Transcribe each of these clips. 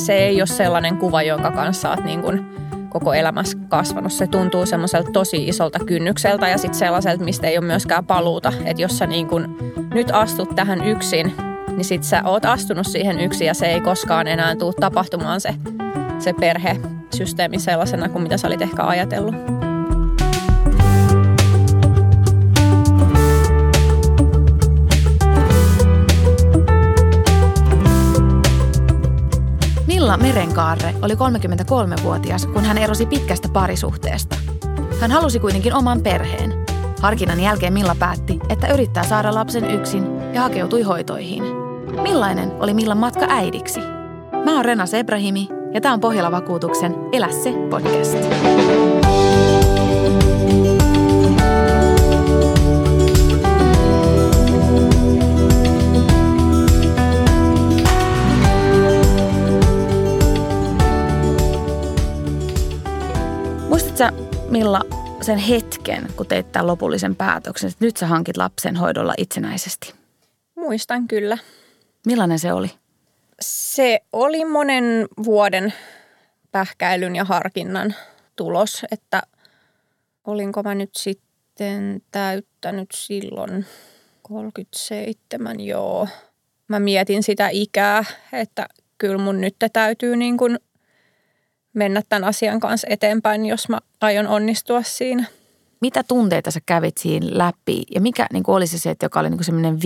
se ei ole sellainen kuva, jonka kanssa olet niin kuin koko elämässä kasvanut. Se tuntuu semmoiselta tosi isolta kynnykseltä ja sitten sellaiselta, mistä ei ole myöskään paluuta. Että jos sä niin kuin nyt astut tähän yksin, niin sitten sä oot astunut siihen yksin ja se ei koskaan enää tule tapahtumaan se perhesysteemi sellaisena kuin mitä sä olit ehkä ajatellut. Milla Merenkaarre oli 33-vuotias, kun hän erosi pitkästä parisuhteesta. Hän halusi kuitenkin oman perheen. Harkinnan jälkeen Milla päätti, että yrittää saada lapsen yksin ja hakeutui hoitoihin. Millainen oli Millan matka äidiksi? Mä oon Rena Sebrahimi ja tää on Pohjola-vakuutuksen Elä se podcast. Muistatko Milla sen hetken, kun teit tämän lopullisen päätöksen, että nyt sä hankit lapsen hoidolla itsenäisesti? Muistan kyllä. Millainen se oli? Se oli monen vuoden pähkäilyn ja harkinnan tulos, että olinko mä nyt sitten täyttänyt silloin 37, joo. Mä mietin sitä ikää, että kyllä mun nyt täytyy niin kuin mennä tämän asian kanssa eteenpäin, jos mä aion onnistua siinä. Mitä tunteita sä kävit siinä läpi ja mikä niin kuin oli se, että joka oli niin kuin semmoinen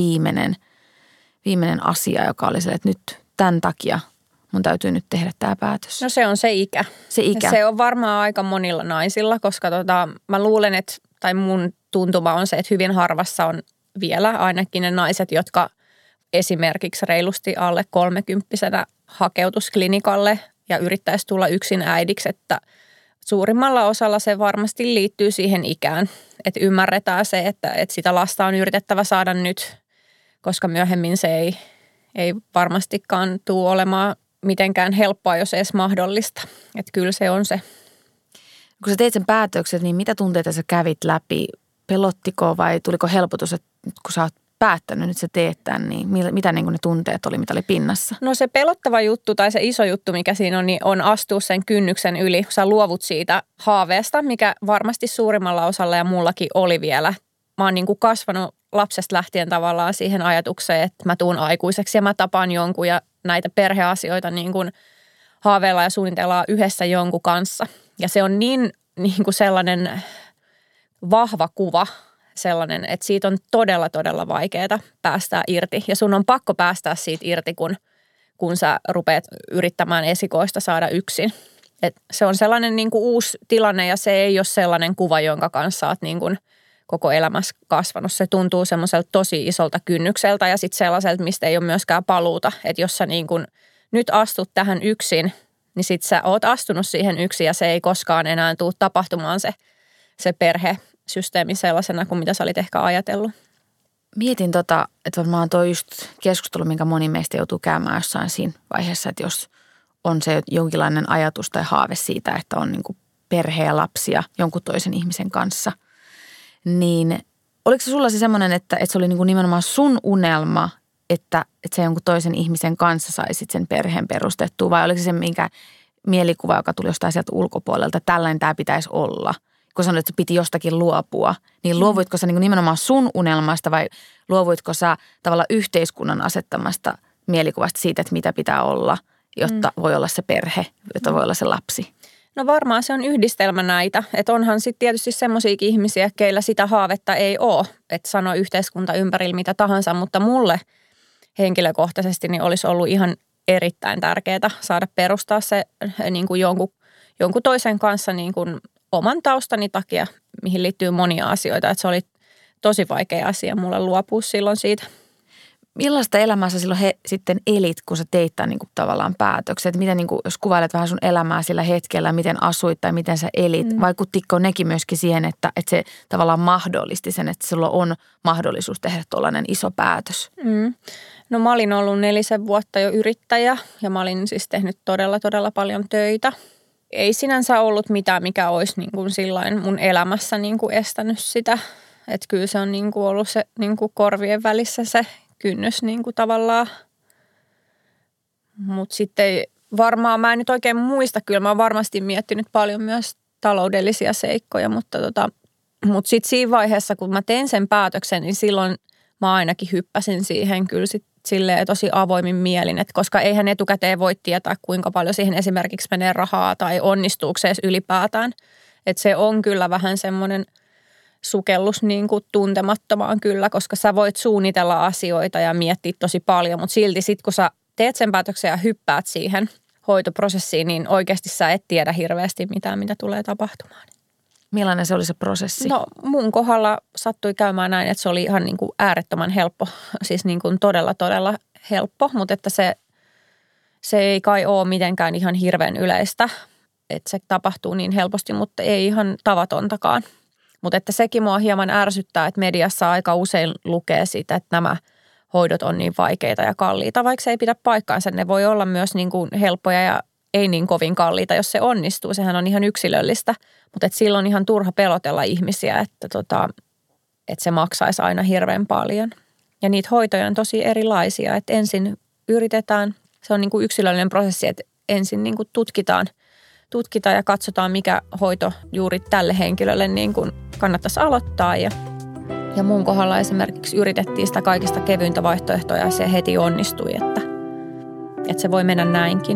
viimeinen asia, joka oli se, että nyt tämän takia mun täytyy nyt tehdä tämä päätös? No se on se ikä. Se ikä. Ja se on varmaan aika monilla naisilla, koska mä luulen, että, tai mun tuntuma on se, että hyvin harvassa on vielä ainakin ne naiset, jotka esimerkiksi reilusti alle 30-vuotiaana hakeutuisi klinikalle ja yrittäisi tulla yksin äidiksi, että suurimmalla osalla se varmasti liittyy siihen ikään, että ymmärretään se, että sitä lasta on yritettävä saada nyt, koska myöhemmin se ei varmastikaan tule olemaan mitenkään helppoa, jos edes mahdollista. Että kyllä se on se. Kun sä teit sen päätöksen, niin mitä tunteita sä kävit läpi? Pelottiko vai tuliko helpotus, että kun sä oot päättänyt, nyt sä teet tämän, niin mitä niin kuin ne tunteet oli, mitä oli pinnassa? No se pelottava juttu tai se iso juttu, mikä siinä on, niin on astua sen kynnyksen yli. Sä luovut siitä haaveesta, mikä varmasti suurimmalla osalla ja mullakin oli vielä. Mä oon niin kuin kasvanut lapsesta lähtien tavallaan siihen ajatukseen, että mä tuun aikuiseksi ja mä tapaan jonkun ja näitä perheasioita niin kuin haaveillaan ja suunnitellaan yhdessä jonkun kanssa. Ja se on niin kuin sellainen vahva kuva, sellainen, että siitä on todella, todella vaikeaa päästää irti. Ja sun on pakko päästää siitä irti, kun sä rupeat yrittämään esikoista saada yksin. Et se on sellainen niin kuin uusi tilanne ja se ei ole sellainen kuva, jonka kanssa oot niin kuin koko elämässä kasvanut. Se tuntuu semmoiselta tosi isolta kynnykseltä ja sitten sellaiselta, mistä ei ole myöskään paluuta. Että jos sä niin kuin nyt astut tähän yksin, niin sitten sä oot astunut siihen yksin ja se ei koskaan enää tule tapahtumaan se perhesysteemi sellaisena kuin mitä sä olit ehkä ajatellut. Mietin että varmaan tuo just keskustelu, minkä moni meistä joutuu käymään jossain siinä vaiheessa, että jos on se jonkinlainen ajatus tai haave siitä, että on niin kuin perhe ja lapsia jonkun toisen ihmisen kanssa, niin oliko se sulla se semmoinen, että se oli niin kuin nimenomaan sun unelma, että sä jonkun toisen ihmisen kanssa saisit sen perheen perustettua vai oliko se minkä mielikuva, joka tuli jostain sieltä ulkopuolelta, että tällainen tämä pitäisi olla? Kun sanoit, että se piti jostakin luopua, niin luovuitko sä niin kuin nimenomaan sun unelmasta vai luovuitko sä tavallaan yhteiskunnan asettamasta mielikuvasta siitä, että mitä pitää olla, jotta voi olla se perhe, jotta voi olla se lapsi? No varmaan se on yhdistelmä näitä, että onhan sitten tietysti semmoisiakin ihmisiä, keillä sitä haavetta ei ole, että sano yhteiskunta ympärillä mitä tahansa, mutta mulle henkilökohtaisesti niin olisi ollut ihan erittäin tärkeää saada perustaa se niin kuin jonkun toisen kanssa niin kuin oman taustani takia, mihin liittyy monia asioita, että se oli tosi vaikea asia mulle luopua silloin siitä. Millaista elämää sä silloin sitten elit, kun sä teit tämän niin kuin tavallaan päätöksen? Että miten, niin kuin, jos kuvailet vähän sun elämää sillä hetkellä, miten asuit tai miten sä elit, vaikuttiko nekin myöskin siihen, että se tavallaan mahdollisti sen, että sulla on mahdollisuus tehdä tuollainen iso päätös? No mä olin ollut 4 vuotta jo yrittäjä ja mä olin siis tehnyt todella, todella paljon töitä. Ei sinänsä ollut mitään, mikä olisi niin kuin sillain mun elämässä niin kuin estänyt sitä. Että kyllä se on niin kuin ollut se niin kuin korvien välissä se kynnys niin kuin tavallaan. Mutta sitten varmaan, mä en nyt oikein muista, kyllä mä oon varmasti miettinyt paljon myös taloudellisia seikkoja, mutta sitten siinä vaiheessa, kun mä tein sen päätöksen, niin silloin mä ainakin hyppäsin siihen kyllä silleen tosi avoimin mielin, että koska eihän etukäteen voi tietää, kuinka paljon siihen esimerkiksi menee rahaa tai onnistuuko se edes ylipäätään. Että se on kyllä vähän semmoinen sukellus niin kuin tuntemattomaan kyllä, koska sä voit suunnitella asioita ja miettiä tosi paljon, mutta silti sitten kun sä teet sen päätöksen ja hyppäät siihen hoitoprosessiin, niin oikeasti sä et tiedä hirveästi mitään, mitä tulee tapahtumaan. Millainen se oli se prosessi? No mun kohdalla sattui käymään näin, että se oli ihan niin kuin äärettömän helppo, siis niin kuin todella, todella helppo, mutta että se ei kai ole mitenkään ihan hirveän yleistä, että se tapahtuu niin helposti, mutta ei ihan tavatontakaan. Mutta että sekin mua hieman ärsyttää, että mediassa aika usein lukee siitä, että nämä hoidot on niin vaikeita ja kalliita, vaikka se ei pidä paikkaansa. Ne voi olla myös niin kuin helppoja ja ei niin kovin kalliita, jos se onnistuu. Sehän on ihan yksilöllistä, mutta et silloin on ihan turha pelotella ihmisiä, että se maksaisi aina hirveän paljon. Ja niitä hoitoja on tosi erilaisia, että ensin yritetään, se on niin kuin yksilöllinen prosessi, että ensin niin kuin tutkitaan ja katsotaan, mikä hoito juuri tälle henkilölle niin kuin kannattaisi aloittaa. Ja mun kohdalla esimerkiksi yritettiin sitä kaikista kevyintä vaihtoehtoa ja se heti onnistui, että se voi mennä näinkin.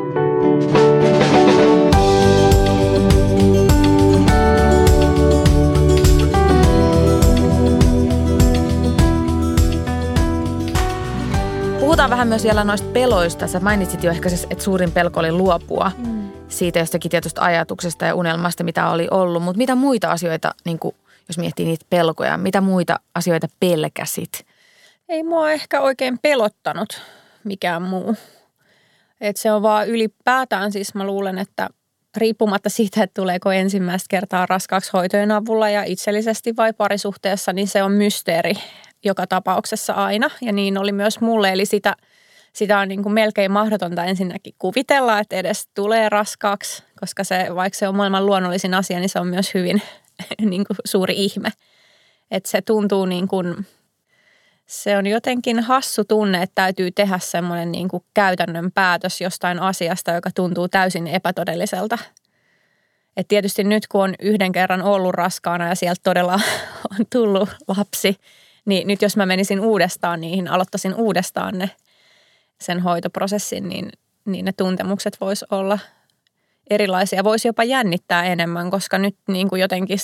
Puhutaan vähän myös vielä noista peloista. Sä mainitsit jo ehkä, että suurin pelko oli luopua siitä jostakin tietystä ajatuksesta ja unelmasta, mitä oli ollut. Mutta mitä muita asioita, niin kuin, jos miettii niitä pelkoja, mitä muita asioita pelkäsit? Ei mua ehkä oikein pelottanut mikään muu. Että se on vaan ylipäätään, siis mä luulen, että riippumatta siitä, että tuleeko ensimmäistä kertaa raskaaksi hoitojen avulla ja itsellisesti vai parisuhteessa, niin se on mysteeri joka tapauksessa aina. Ja niin oli myös mulle, eli sitä on niin kuin melkein mahdotonta ensinnäkin kuvitella, että edes tulee raskaaksi, koska vaikka se on maailman luonnollisin asia, niin se on myös hyvin niin kuin suuri ihme. Että se tuntuu niin kuin, se on jotenkin hassu tunne, että täytyy tehdä semmoinen niin kuin käytännön päätös jostain asiasta, joka tuntuu täysin epätodelliselta. Et tietysti nyt, kun on yhden kerran ollut raskaana ja sieltä todella on tullut lapsi, niin nyt jos mä menisin uudestaan niihin, aloittaisin uudestaan sen hoitoprosessin, niin ne tuntemukset vois olla erilaisia. Voisi jopa jännittää enemmän, koska nyt niin kuin jotenkin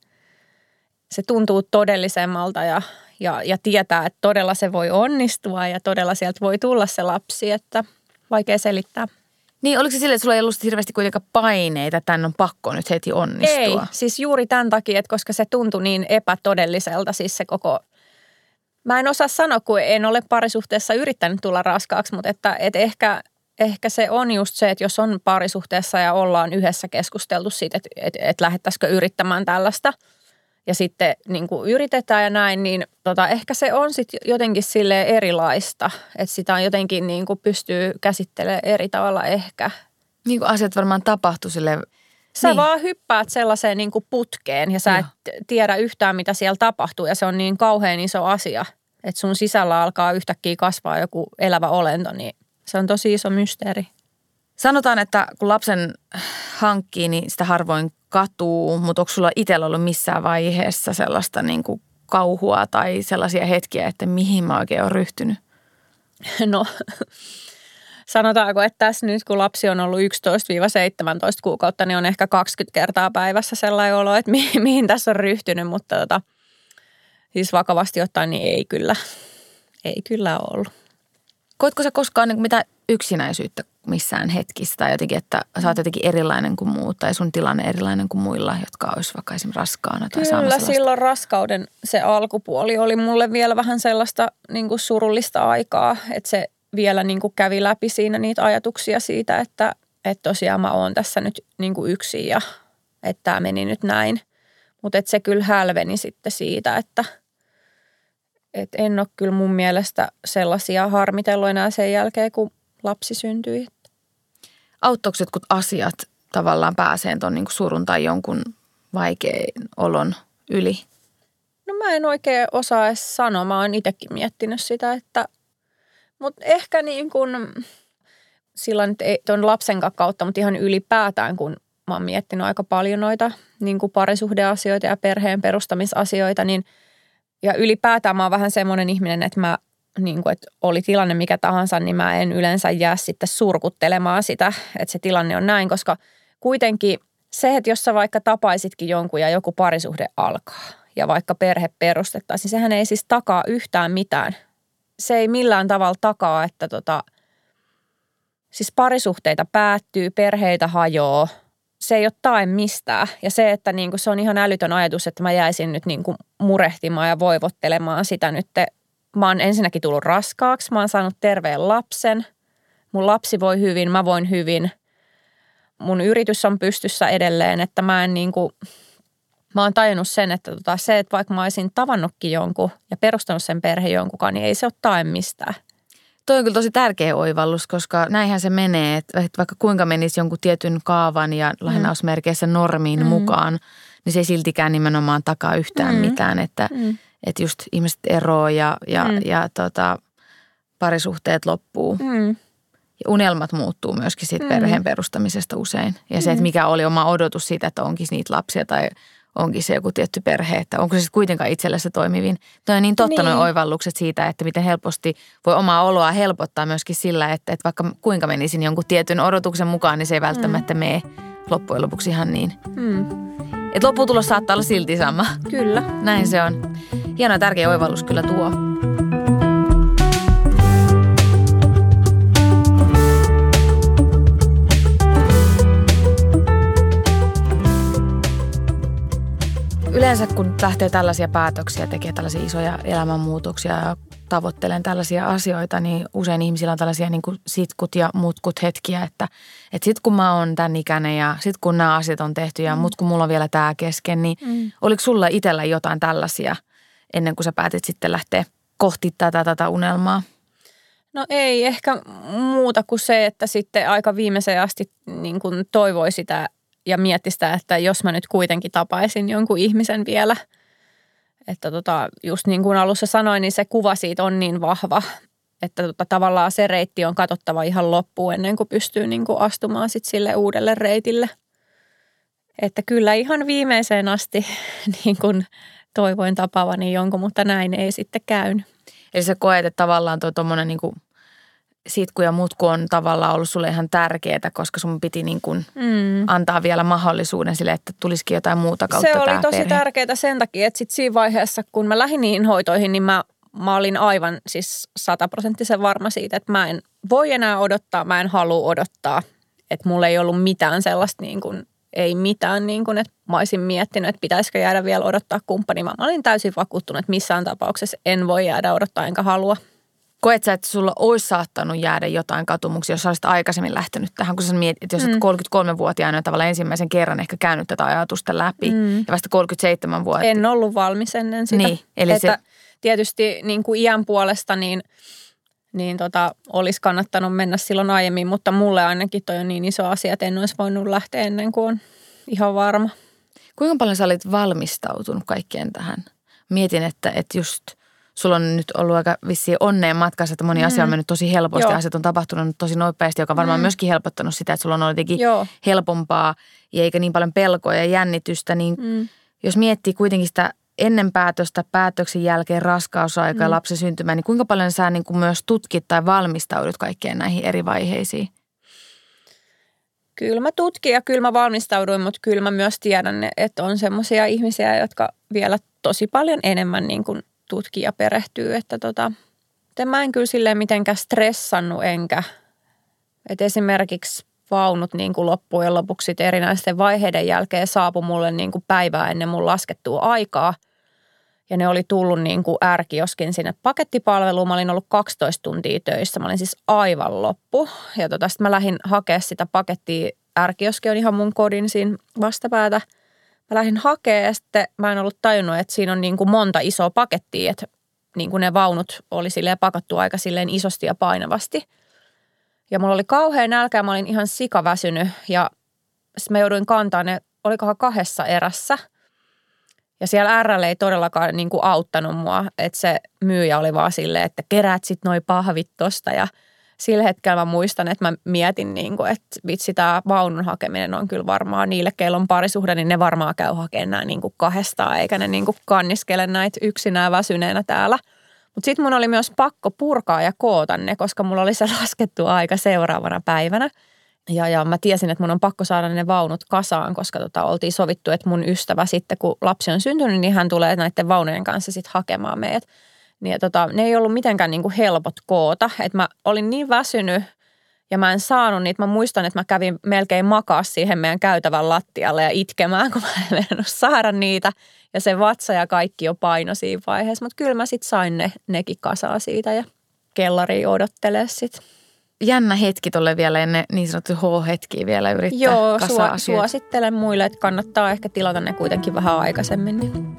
se tuntuu todellisemmalta ja tietää, että todella se voi onnistua ja todella sieltä voi tulla se lapsi, että vaikea selittää. Niin, oliko se silleen, että sulla ei ollut hirveästi kuitenkaan paineita, että tämän on pakko nyt heti onnistua? Ei, siis juuri tämän takia, että koska se tuntui niin epätodelliselta, siis se koko... Mä en osaa sanoa, kun en ole parisuhteessa yrittänyt tulla raskaaksi, mutta että ehkä se on just se, että jos on parisuhteessa ja ollaan yhdessä keskusteltu siitä, että lähettäisikö yrittämään tällaista ja sitten niin kuin yritetään ja näin, niin ehkä se on sitten jotenkin silleen erilaista, että sitä on jotenkin niin kuin pystyy käsittelemään eri tavalla ehkä. Niin kuin asiat varmaan tapahtuu silleen. Sä niin. vaan hyppäät sellaiseen niin kuin putkeen ja sä et tiedä yhtään, mitä siellä tapahtuu ja se on niin kauhean iso asia, että sun sisällä alkaa yhtäkkiä kasvaa joku elävä olento, niin se on tosi iso mysteeri. Sanotaan, että kun lapsen hankkii, niin sitä harvoin katuu, mutta onko sulla itsellä ollut missään vaiheessa sellaista niin kuin kauhua tai sellaisia hetkiä, että mihin mä oikein olen ryhtynyt? No, sanotaanko, että tässä nyt kun lapsi on ollut 11-17 kuukautta, niin on ehkä 20 kertaa päivässä sellainen olo, että mihin tässä on ryhtynyt, mutta siis vakavasti ottaen niin ei kyllä ollut. Koitko sä koskaan niin mitään yksinäisyyttä missään hetkissä tai jotenkin, että sä oot jotenkin erilainen kuin muut tai sun tilanne erilainen kuin muilla, jotka olisi vaikka esimerkiksi raskaana tai Kyllä, silloin raskauden se alkupuoli oli mulle vielä vähän sellaista niin kuin surullista aikaa, että se vielä niin kuin kävi läpi siinä niitä ajatuksia siitä, että tosiaan mä oon tässä nyt niin kuin yksin ja että tämä meni nyt näin. Mutta se kyllä hälveni sitten siitä, että en ole kyllä mun mielestä sellaisia harmitellut enää sen jälkeen, kun lapsi syntyi. Auttoiko jotkut asiat tavallaan pääseen tuon niin kuin surun tai jonkun vaikean olon yli? No mä en oikein osaa edes sanoa. Mä oon itsekin miettinyt sitä, mutta ehkä niin kuin, silloin nyt ei tuon lapsen kautta, mutta ihan ylipäätään, kun mä oon miettinyt aika paljon noita niin kuin parisuhdeasioita ja perheen perustamisasioita, niin ja ylipäätään mä oon vähän semmoinen ihminen, että mä niin kuin, että oli tilanne mikä tahansa, niin mä en yleensä jää sitten surkuttelemaan sitä, että se tilanne on näin, koska kuitenkin se, että jos sä vaikka tapaisitkin jonkun ja joku parisuhde alkaa ja vaikka perhe perustettaisiin, niin sehän ei siis takaa yhtään mitään. Se ei millään tavalla takaa, että siis parisuhteita päättyy, perheitä hajoaa. Se ei ole tae mistään. Ja se, että niin kuin se on ihan älytön ajatus, että mä jäisin nyt niin kuin murehtimaan ja voivottelemaan sitä nyt. Mä oon ensinnäkin tullut raskaaksi, mä oon saanut terveen lapsen. Mun lapsi voi hyvin, mä voin hyvin. Mun yritys on pystyssä edelleen, että mä oon tajunnut sen, että se, että vaikka mä olisin tavannutkin jonkun ja perustanut sen perheen jonkunkaan, niin ei se ole tae mistään. Toi on kyllä tosi tärkeä oivallus, koska näinhän se menee, että vaikka kuinka menisi jonkun tietyn kaavan ja lainausmerkeissä normiin mukaan, niin se ei siltikään nimenomaan takaa yhtään mitään, että just ihmiset eroo ja parisuhteet loppuu. Ja unelmat muuttuu myöskin siitä perheen perustamisesta usein. Ja se, että mikä oli oma odotus siitä, että onkin niitä lapsia tai onkin se joku tietty perhe, että onko se sitten kuitenkaan itsellä se toimivin. Toi on niin totta nuo oivallukset siitä, että miten helposti voi omaa oloa helpottaa myöskin sillä, että vaikka kuinka menisin jonkun tietyn odotuksen mukaan, niin se ei välttämättä mene loppujen lopuksi ihan niin. Että lopputulos saattaa olla silti sama. Kyllä. Näin se on. Hieno ja tärkeä oivallus kyllä tuo. Yleensä kun lähtee tällaisia päätöksiä, tekee tällaisia isoja elämänmuutoksia ja tavoittelen tällaisia asioita, niin usein ihmisillä on tällaisia niin kuin sitkut ja mutkut hetkiä, että sit kun mä oon tämän ikäinen ja sit kun nämä asiat on tehty ja mut kun mulla on vielä tämä kesken, niin oliko sulla itsellä jotain tällaisia ennen kuin sä päätit sitten lähteä kohti tätä unelmaa? No ei ehkä muuta kuin se, että sitten aika viimeiseen asti niin kuin toivoi sitä ja mietti sitä, että jos mä nyt kuitenkin tapaisin jonkun ihmisen vielä, että just niin kuin alussa sanoin, niin se kuva siitä on niin vahva, että tavallaan se reitti on katsottava ihan loppuun ennen kuin pystyy niin kuin astumaan sitten sille uudelle reitille. Että kyllä ihan viimeiseen asti niin kuin toivoin tapaavani jonkun, mutta näin ei sitten käynyt. Eli sä koet, että tavallaan tuommoinen niin kuin sitku ja mutku on tavallaan ollut sulle ihan tärkeää, koska sun piti niin kuin antaa vielä mahdollisuuden sille, että tulisikin jotain muuta kautta tämä perhe. Se oli tosi tärkeää sen takia, että sitten siinä vaiheessa, kun mä lähdin niihin hoitoihin, niin mä olin aivan siis 100% varma siitä, että mä en voi enää odottaa, mä en halua odottaa. Että mulla ei ollut mitään sellaista niin kuin, ei mitään niin kuin, että mä olisin miettinyt, että pitäisikö jäädä vielä odottaa kumppania. Mä olin täysin vakuuttunut, että missään tapauksessa en voi jäädä odottaa enkä halua. Koet sä, että sulla olisi saattanut jäädä jotain katumuksia, jos sä olisit aikaisemmin lähtenyt tähän, kun sä mietit, että jos olet 33-vuotiaana tavallaan ensimmäisen kerran ehkä käynyt tätä ajatusta läpi ja vasta 37-vuotiaana. En ollut valmis ennen sitä. Niin, eli että tietysti niin kuin iän puolesta niin olisi kannattanut mennä silloin aiemmin, mutta mulle ainakin toi on niin iso asia, että en olisi voinut lähteä ennen kuin on ihan varma. Kuinka paljon sä olit valmistautunut kaikkeen tähän? Mietin, että just sulla on nyt ollut aika vissiin onneen matkassa, että moni asia on mennyt tosi helposti. Asiat on tapahtunut tosi nopeasti, joka varmaan myöskin helpottanut sitä, että sulla on ollut jotenkin helpompaa ja eikä niin paljon pelkoa ja jännitystä. Niin jos miettii kuitenkin sitä ennen päätöstä, päätöksen jälkeen raskausaika ja lapsen syntymä, niin kuinka paljon sä niin kuin myös tutkit tai valmistaudut kaikkeen näihin eri vaiheisiin? Kyllä mä tutkin ja kyllä mä valmistauduin, mutta kyllä mä myös tiedän, että on semmoisia ihmisiä, jotka vielä tosi paljon enemmän niin kuin tutkii ja perehtyy, että mä en kyllä silleen mitenkään stressannut enkä. Että esimerkiksi vaunut niin kuin loppujen lopuksi erinäisten vaiheiden jälkeen saapui mulle niin kuin päivää ennen mun laskettua aikaa. Ja ne oli tullut niin kuin R-kioskin sinne pakettipalveluun. Mä olin ollut 12 tuntia töissä. Mä olin siis aivan loppu. Ja sitten mä lähdin hakemaan sitä pakettia. R-kioski on ihan mun kodin siinä vastapäätä. Mä lähdin hakemaan ja sitten mä en ollut tajunnut, että siinä on niin kuin monta isoa pakettia. Että niin kuin ne vaunut oli silleen pakattu aika silleen isosti ja painavasti. Ja mulla oli kauhean nälkä ja mä olin ihan sikaväsynyt. Ja sitten mä jouduin kantaa ne, olikohan 2 erässä. Ja siellä RL ei todellakaan niin kuin auttanut mua, että se myyjä oli vaan silleen, että keräät sit noi pahvit tosta ja sillä hetkellä mä muistan, että mä mietin, niin kuin, että vitsi, tämä vaunun hakeminen on kyllä varmaan niille, keillä on parisuhde, niin ne varmaan käy hakemaan nämä niin kuin kahdestaan, eikä ne niin kuin kanniskele näitä yksinään väsyneenä täällä. Mutta sitten mun oli myös pakko purkaa ja koota ne, koska mulla oli se laskettu aika seuraavana päivänä. Ja mä tiesin, että mun on pakko saada ne vaunut kasaan, koska oltiin sovittu, että mun ystävä sitten, kun lapsi on syntynyt, niin hän tulee näiden vaunujen kanssa sitten hakemaan meidät. Niin ne ei ollut mitenkään niin kuin helpot koota, että mä olin niin väsynyt ja mä en saanut niitä. Mä muistan, että mä kävin melkein makaa siihen meidän käytävän lattialle ja itkemään, kun mä en mennyt saada niitä. Ja se vatsa ja kaikki jo paino siinä vaiheessa, mutta kyllä mä sitten sain nekin kasaa siitä ja kellariin odottelee sitten. Jännä hetki tolle vielä ennen niin sanottu H-hetkiä vielä yrittää kasaa asioita. Suosittelen muille, että kannattaa ehkä tilata ne kuitenkin vähän aikaisemmin. Niin.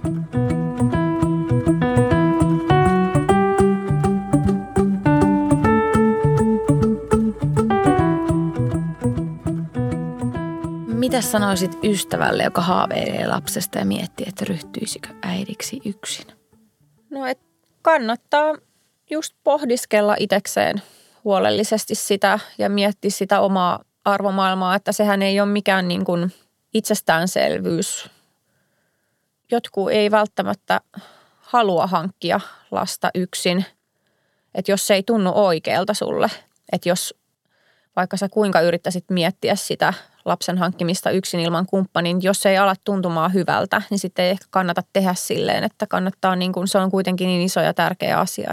Mitä sanoisit ystävälle, joka haaveilee lapsesta ja miettii, että ryhtyisikö äidiksi yksin? No, et kannattaa just pohdiskella itsekseen huolellisesti sitä ja miettiä sitä omaa arvomaailmaa, että sehän ei ole mikään niin kuin itsestäänselvyys. Jotkut ei välttämättä halua hankkia lasta yksin, että jos se ei tunnu oikealta sulle, että jos vaikka sä kuinka yrittäisit miettiä sitä lapsen hankkimista yksin ilman kumppanin, jos se ei ala tuntumaan hyvältä, niin sitten ei ehkä kannata tehdä silleen, että kannattaa niin kuin, se on kuitenkin niin iso ja tärkeä asia,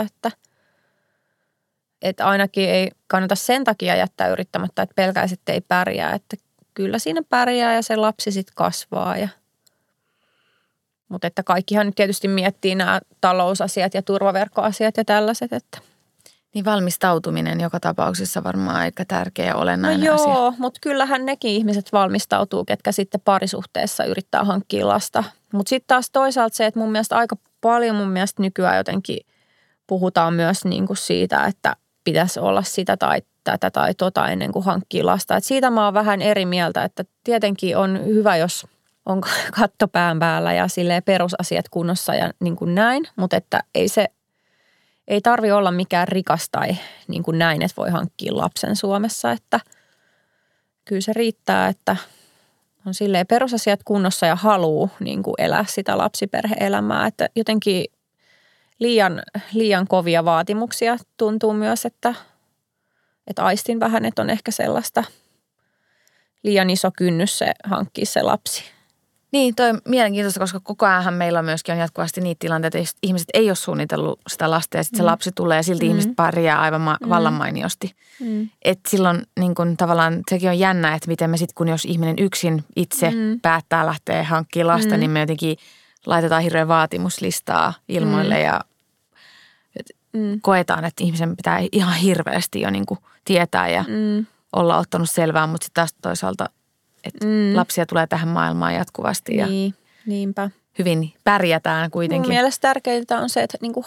että ainakin ei kannata sen takia jättää yrittämättä, että pelkäisi, että ei pärjää, että kyllä siinä pärjää ja se lapsi sitten kasvaa. Mutta että kaikkihan nyt tietysti miettii nämä talousasiat ja turvaverkkoasiat ja tällaiset, että niin valmistautuminen joka tapauksessa varmaan aika tärkeä ja olennainen asia. Joo, mutta kyllähän nekin ihmiset valmistautuu, ketkä sitten parisuhteessa yrittää hankkia lasta. Mutta sitten taas toisaalta se, että mun mielestä aika paljon nykyään jotenkin puhutaan myös niin kuin siitä, että pitäisi olla sitä tai tätä tai tota ennen kuin hankkii lasta. Et siitä mä oon vähän eri mieltä, että tietenkin on hyvä, jos on katto pään päällä ja silleen perusasiat kunnossa ja niin kuin näin, mutta että ei tarvitse olla mikään rikas tai niin kuin näin, että voi hankkia lapsen Suomessa, että kyllä se riittää, että on silleen perusasiat kunnossa ja haluaa niin kuin elää sitä lapsiperhe-elämää, että jotenkin liian kovia vaatimuksia tuntuu myös, että aistin vähän, että on ehkä sellaista liian iso kynnys se hankkia se lapsi. Niin, toi on mielenkiintoista, koska koko ajanhan meillä myöskin on jatkuvasti niitä tilanteita, että ihmiset ei ole suunnitellut sitä lasta ja sitten se lapsi tulee ja silti ihmiset pärjää aivan vallan mainiosti. Että silloin niin kun, tavallaan sekin on jännä, että miten me sitten, kun jos ihminen yksin itse päättää lähteä hankkimaan lasta, niin me jotenkin laitetaan hirveän vaatimuslistaa ilmoille ja koetaan, että ihmisen pitää ihan hirveästi jo niin kuin tietää ja olla ottanut selvää, mutta sitten taas toisaalta että lapsia tulee tähän maailmaan jatkuvasti ja niinpä. Hyvin pärjätään kuitenkin. Mun mielestä tärkeintä on se, että niinku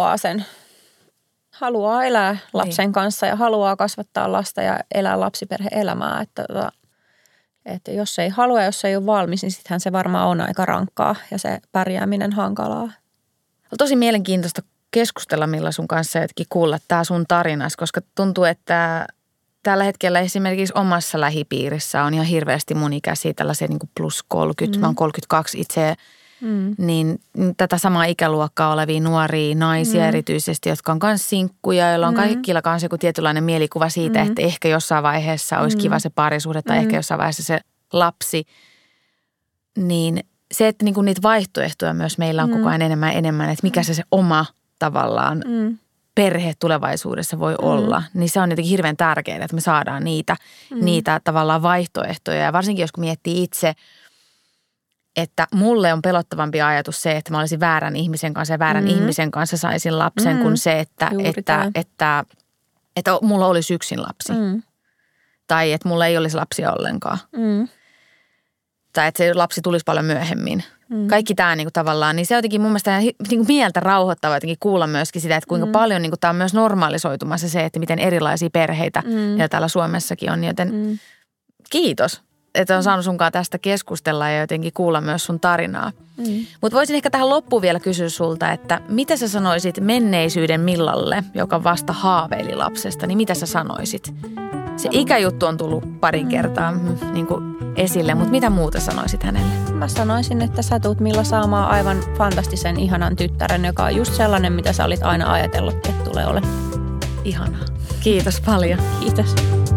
haluaa elää lapsen kanssa ja haluaa kasvattaa lasta ja elää lapsiperhe-elämää. Että jos ei halua ja jos ei ole valmis, niin sittenhän se varmaan on aika rankkaa ja se pärjääminen hankalaa. On tosi mielenkiintoista keskustella Milla sun kanssa jotenkin kuulla tämä sun tarinas, koska tuntuu, että tällä hetkellä esimerkiksi omassa lähipiirissä on ihan hirveästi mun ikäisiä tällaisia niin kuin plus 30, mä oon 32 itse, niin tätä samaa ikäluokkaa olevia nuoria naisia erityisesti, jotka on myös sinkkuja, joilla on kaikilla kanssa joku tietynlainen mielikuva siitä, että ehkä jossain vaiheessa olisi kiva se parisuhde tai ehkä jossain vaiheessa se lapsi. Niin se, että niinku niitä vaihtoehtoja myös meillä on koko ajan enemmän, että mikä se oma tavallaan perhe tulevaisuudessa voi olla, niin se on jotenkin hirveän tärkeää, että me saadaan niitä tavallaan vaihtoehtoja. Ja varsinkin jos kun miettii itse, että mulle on pelottavampi ajatus se, että mä olisin väärän ihmisen kanssa ja väärän ihmisen kanssa saisin lapsen kuin se, että mulla olisi yksin lapsi. Tai että mulla ei olisi lapsia ollenkaan. Tai että se lapsi tulisi paljon myöhemmin. Kaikki tämä niinku tavallaan, niin se jotenkin mun mielestä niinku mieltä rauhoittava jotenkin kuulla myöskin sitä, että kuinka paljon niinku tämä on myös normalisoitumassa se, että miten erilaisia perheitä ja täällä Suomessakin on. Joten kiitos, että on saanut sunkaan tästä keskustella ja jotenkin kuulla myös sun tarinaa. Mutta voisin ehkä tähän loppuun vielä kysyä sulta, että mitä sä sanoisit menneisyyden Millalle, joka vasta haaveili lapsesta, niin mitä sä sanoisit? Se ikäjuttu on tullut parin kertaa niin kuin esille, mutta mitä muuta sanoisit hänelle? Mä sanoisin, että sä tuut Milla saamaan aivan fantastisen ihanan tyttären, joka on just sellainen, mitä sä olit aina ajatellut, että tulee ole. Ihanaa. Kiitos paljon. Kiitos.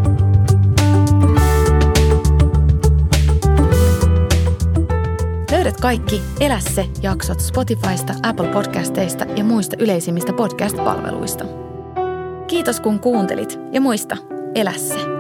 Löydät kaikki Elä se-jaksot Spotifysta, Apple Podcasteista ja muista yleisimmistä podcast-palveluista. Kiitos kun kuuntelit ja muista, elä se.